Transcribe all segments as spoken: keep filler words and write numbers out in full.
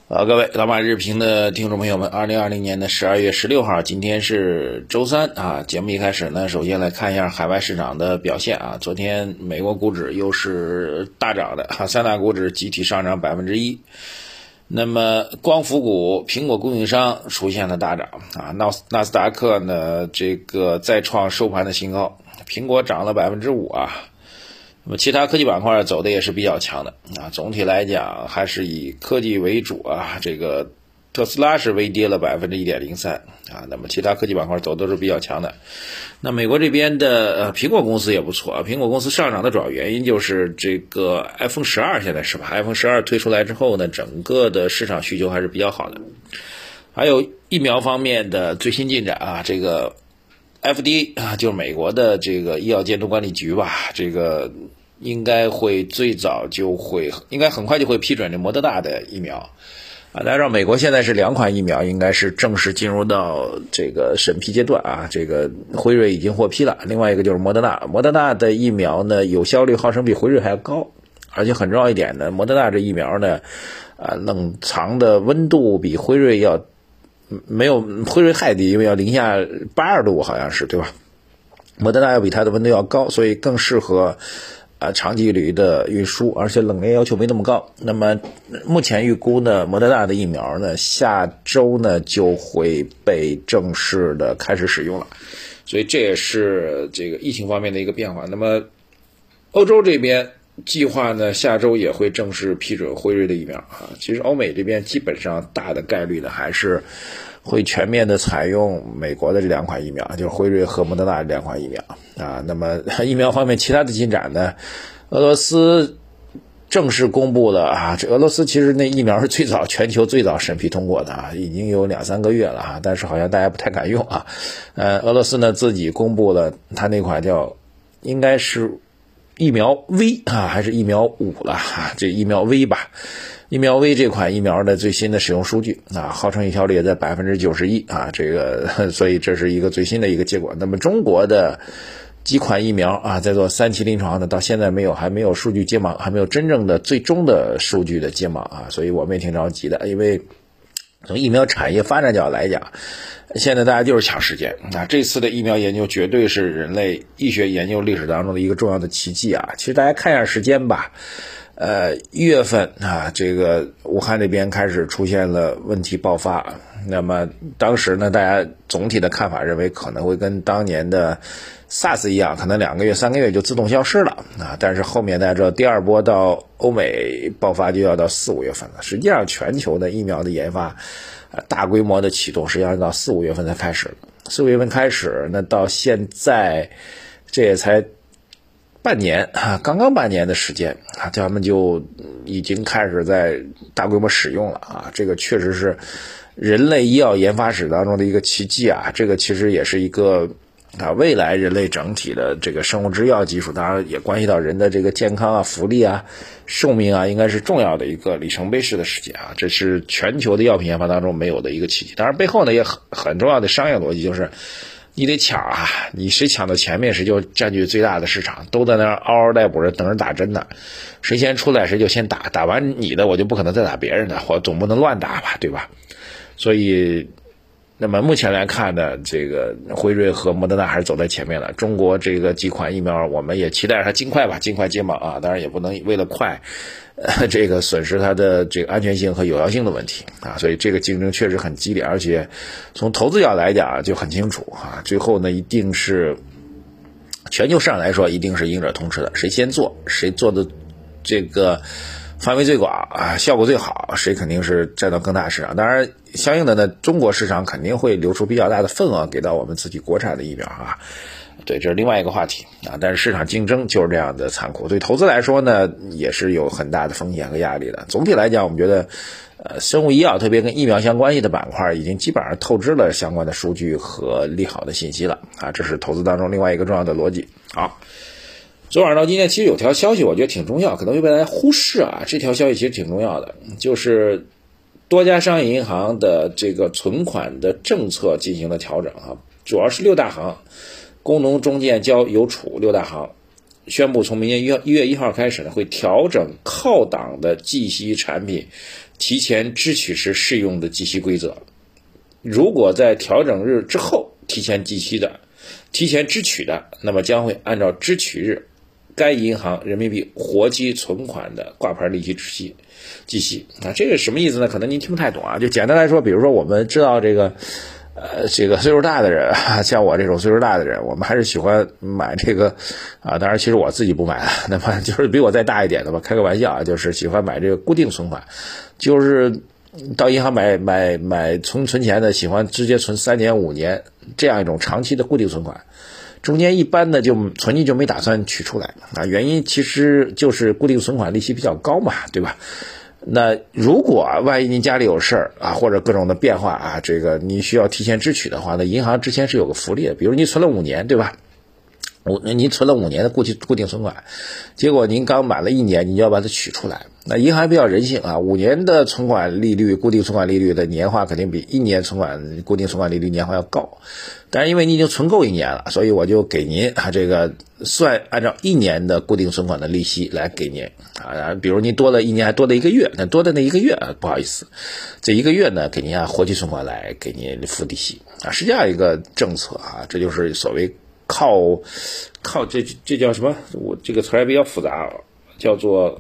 呃，各位老马日评的听众朋友们，二零二零年的十二月十六号，今天是周三啊。节目一开始呢，首先来看一下海外市场的表现啊。昨天美国股指又是大涨的啊，三大股指集体上涨百分之一。那么光伏股、苹果供应商出现了大涨啊，纳纳斯达克呢这个再创收盘的新高，苹果涨了百分之五啊。那么其他科技板块走的也是比较强的啊，总体来讲还是以科技为主啊。这个特斯拉是微跌了百分之一点零三啊，那么其他科技板块走都是比较强的。那美国这边的呃苹果公司也不错啊，苹果公司上涨的主要原因就是这个 iPhone 十二现在是吧 ？iPhone 十二推出来之后呢，整个的市场需求还是比较好的。还有疫苗方面的最新进展啊，这个 F D A 啊，就是美国的这个医药监督管理局吧，这个应该会最早就会，应该很快就会批准这莫德纳的疫苗啊。大家知道美国现在是两款疫苗应该是正式进入到这个审批阶段啊，这个辉瑞已经获批了，另外一个就是莫德纳。莫德纳的疫苗呢，有效率号称比辉瑞还要高，而且很重要一点呢，莫德纳这疫苗呢，啊，冷藏的温度比辉瑞要没有辉瑞太低，因为要零下八十度好像是，对吧？莫德纳要比它的温度要高，所以更适合啊长距离的运输，而且冷链要求没那么高。那么目前预估呢，莫德纳的疫苗呢，下周呢就会被正式的开始使用了，所以这也是这个疫情方面的一个变化。那么欧洲这边计划呢，下周也会正式批准辉瑞的疫苗啊。其实欧美这边基本上大的概率呢，还是会全面的采用美国的这两款疫苗，就是辉瑞和莫德纳这两款疫苗啊。那么疫苗方面其他的进展呢，俄罗斯正式公布了啊，这俄罗斯其实那疫苗是最早全球最早审批通过的啊，已经有两三个月了啊，但是好像大家不太敢用啊。呃，俄罗斯呢自己公布了它那款叫应该是疫苗 V 啊，还是疫苗五了啊？这疫苗 V 吧，疫苗 V 这款疫苗的最新的使用数据啊，号称有效率也在百分之九十一啊，这个所以这是一个最新的一个结果。那么中国的几款疫苗啊，在做三期临床的，到现在没有，还没有数据揭盲，还没有真正的最终的数据的揭盲啊，所以我们也挺着急的，因为从疫苗产业发展角度来讲，现在大家就是抢时间啊！这次的疫苗研究绝对是人类医学研究历史当中的一个重要的奇迹啊！其实大家看一下时间吧，呃，一月份啊，这个武汉这边开始出现了问题爆发，那么当时呢，大家总体的看法认为可能会跟当年的 SARS 一样，可能两个月、三个月就自动消失了啊！但是后面大家知道，第二波到欧美爆发就要到四五月份了。实际上，全球的疫苗的研发，呃，大规模的启动，实际上到四五月份才开始。四五月份开始，那到现在这也才半年啊，刚刚半年的时间啊，他们就已经开始在大规模使用了啊！这个确实是人类医药研发史当中的一个奇迹啊！这个其实也是一个啊，未来人类整体的这个生物制药技术，当然也关系到人的这个健康啊、福利啊、寿命啊，应该是重要的一个里程碑式的事件啊。这是全球的药品研发当中没有的一个奇迹。当然背后呢也很很重要的商业逻辑就是，你得抢啊，你谁抢到前面谁就占据最大的市场，都在那儿嗷嗷待哺着等着打针呢，谁先出来谁就先打，打完你的我就不可能再打别人的，我总不能乱打吧，对吧？所以那么目前来看呢，这个辉瑞和莫德纳还是走在前面的。中国这个几款疫苗，我们也期待它尽快吧，尽快揭盲啊。当然也不能为了快，呃，这个损失它的这个安全性和有效性的问题啊。所以这个竞争确实很激烈，而且从投资角度来讲就很清楚啊。最后呢，一定是全球市场来说，一定是赢者通吃的，谁先做，谁做的这个范围最广啊，效果最好，谁肯定是占到更大市场。当然相应的呢，中国市场肯定会留出比较大的份额给到我们自己国产的疫苗啊。对，这是另外一个话题啊。但是市场竞争就是这样的残酷，对投资来说呢，也是有很大的风险和压力的。总体来讲，我们觉得呃，生物医药特别跟疫苗相关系的板块已经基本上透支了相关的数据和利好的信息了啊。这是投资当中另外一个重要的逻辑。好，昨晚到今天其实有条消息我觉得挺重要，可能会被大家忽视啊。这条消息其实挺重要的，就是多家商业银行的这个存款的政策进行了调整啊，主要是六大行，工农中建交邮储六大行， 宣布从明年一月一号开始呢，会调整靠档的计息产品提前支取时适用的计息规则。如果在调整日之后提前计息的、提前支取的，那么将会按照支取日该银行人民币活期存款的挂牌利息支息计息啊，这个什么意思呢？可能您听不太懂啊。就简单来说，比如说我们知道这个，呃，这个岁数大的人，像我这种岁数大的人，我们还是喜欢买这个啊。当然，其实我自己不买了，那么就是比我再大一点的吧，开个玩笑啊，就是喜欢买这个固定存款，就是到银行买买买存存钱的，喜欢直接存三年五年这样一种长期的固定存款。中间一般的就存进就没打算取出来啊，原因其实就是固定存款利息比较高嘛，对吧？那如果万一您家里有事儿啊，或者各种的变化啊，这个你需要提前支取的话，那银行之前是有个福利的，比如你存了五年，对吧？我您存了五年的固定固定存款，结果您刚满了一年，你要把它取出来。那银行比较人性啊，五年的存款利率、固定存款利率的年化肯定比一年存款固定存款利率年化要高。但是因为你已经存够一年了，所以我就给您啊这个算按照一年的固定存款的利息来给您啊。比如您多了一年，还多了一个月，那多的那一个月啊，不好意思，这一个月呢给您按活期存款来给您付利息啊，是这样一个政策啊，这就是所谓靠靠这这叫什么？我这个词儿比较复杂，叫做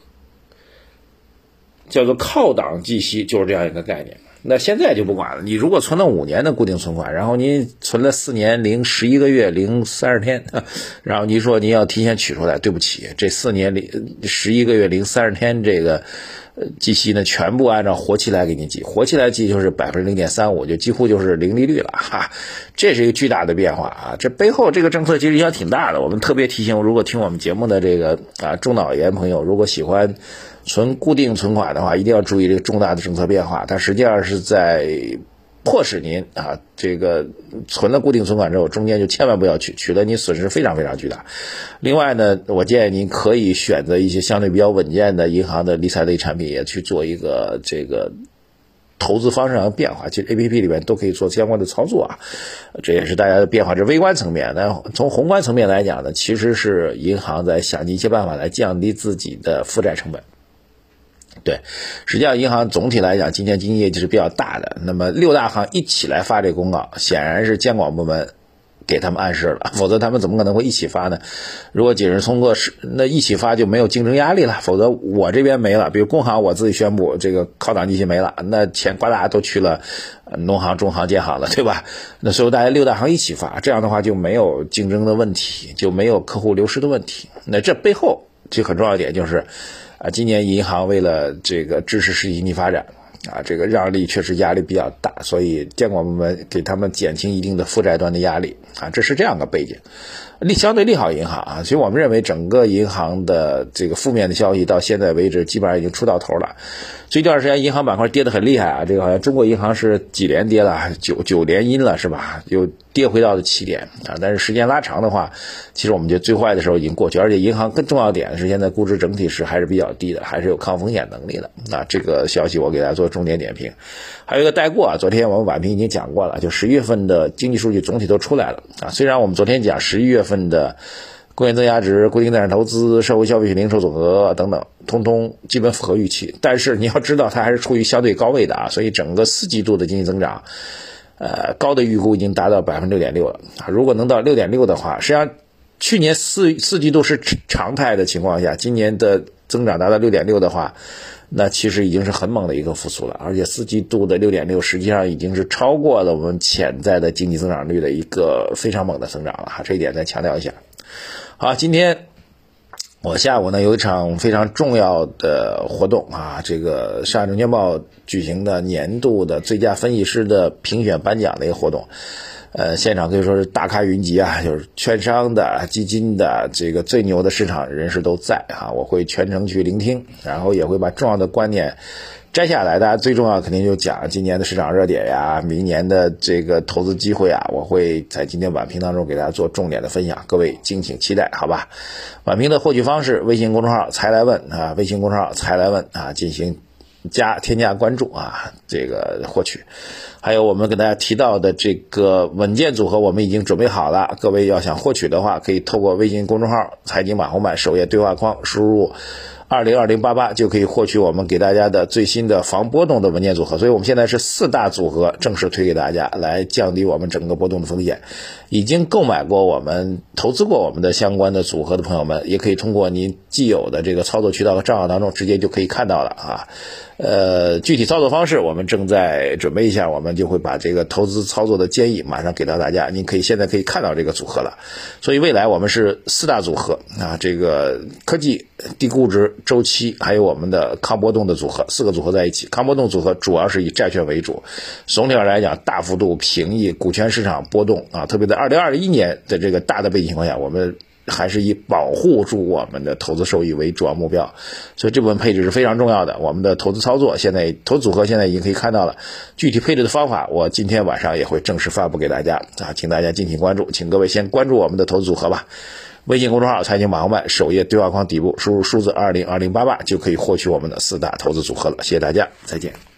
叫做靠档计息，就是这样一个概念。那现在就不管了，你如果存了五年的固定存款，然后您存了四年零十一个月零三十天，然后您说您要提前取出来，对不起，这四年零十一个月零三十天这个呃计息呢，全部按照活期来给你计，活期来计就是百分之零点三五，就几乎就是零利率了哈，这是一个巨大的变化啊！这背后这个政策其实影响挺大的。我们特别提醒，如果听我们节目的这个啊中老年朋友，如果喜欢存固定存款的话，一定要注意这个重大的政策变化，它实际上是在迫使您啊，这个存了固定存款之后，中间就千万不要取，取得你损失非常非常巨大。另外呢，我建议您可以选择一些相对比较稳健的银行的理财类产品，也去做一个这个投资方式上的变化。其实 A P P 里面都可以做相关的操作啊，这也是大家的变化，这是微观层面。那从宏观层面来讲呢，其实是银行在想尽一切办法来降低自己的负债成本。对，实际上银行总体来讲今年经济业绩是比较大的，那么六大行一起来发这个公告，显然是监管部门给他们暗示了，否则他们怎么可能会一起发呢？如果仅是通过那一起发就没有竞争压力了，否则我这边没了，比如工行我自己宣布这个靠档计息没了，那钱呱嗒都去了农行、中行、建行了，对吧？那所以大家六大行一起发，这样的话就没有竞争的问题，就没有客户流失的问题。那这背后就很重要一点就是啊，今年银行为了这个支持实体经济发展啊，这个让利确实压力比较大，所以监管部门给他们减轻一定的负债端的压力啊，这是这样的背景。利相对利好银行啊，所以我们认为整个银行的这个负面的消息到现在为止基本上已经出到头了。这段时间银行板块跌得很厉害啊，这个好像中国银行是几连跌了，九九连阴了是吧？又跌回到了起点啊，但是时间拉长的话，其实我们觉得最坏的时候已经过去，而且银行更重要点是现在估值整体是还是比较低的，还是有抗风险能力的啊。这个消息我给大家做重点点评。还有一个带过啊，昨天我们晚评已经讲过了，就十一月份的经济数据总体都出来了啊。虽然我们昨天讲十一月份的工业增加值、固定资产投资、社会消费品零售总额等等，通通基本符合预期。但是你要知道，它还是处于相对高位的啊，所以整个四季度的经济增长，呃，高的预估已经达到百分之六点六了啊。如果能到六点六的话，实际上去年四四季度是常态的情况下，今年的增长达到六点六的话，那其实已经是很猛的一个复苏了，而且四季度的六点六实际上已经是超过了我们潜在的经济增长率的一个非常猛的增长了哈，这一点再强调一下。好，今天我下午呢有一场非常重要的活动啊，这个上海证券报举行的年度的最佳分析师的评选颁奖的一个活动。呃，现场可以说是大咖云集啊，就是券商的、基金的，这个最牛的市场人士都在啊。我会全程去聆听，然后也会把重要的观念摘下来。大家最重要肯定就讲今年的市场热点呀，明年的这个投资机会啊，我会在今天晚评当中给大家做重点的分享，各位敬请期待，好吧？晚评的获取方式：微信公众号“财来问”啊，微信公众号“财来问”啊，进行加添加关注啊，这个获取。还有我们给大家提到的这个稳健组合我们已经准备好了，各位要想获取的话，可以透过微信公众号财经马红漫首页对话框输入二零二零八八就可以获取我们给大家的最新的防波动的稳健组合。所以我们现在是四大组合正式推给大家，来降低我们整个波动的风险。已经购买过我们投资过我们的相关的组合的朋友们，也可以通过您既有的这个操作渠道和账号当中直接就可以看到了啊。呃，具体操作方式我们正在准备一下，我们就会把这个投资操作的建议马上给到大家，您可以现在可以看到这个组合了。所以未来我们是四大组合啊，这个科技、低估值、周期还有我们的抗波动的组合，四个组合在一起。抗波动组合主要是以债券为主，总体上来讲大幅度平抑股权市场波动啊，特别在二零二一年的这个大的背景情况下，我们还是以保护住我们的投资收益为主要目标，所以这部分配置是非常重要的。我们的投资操作现在投资组合现在已经可以看到了，具体配置的方法我今天晚上也会正式发布给大家啊，请大家敬请关注，请各位先关注我们的投资组合吧。微信公众号财经马红漫首页对话框底部输入数字二零二零八八就可以获取我们的四大投资组合了。谢谢大家，再见。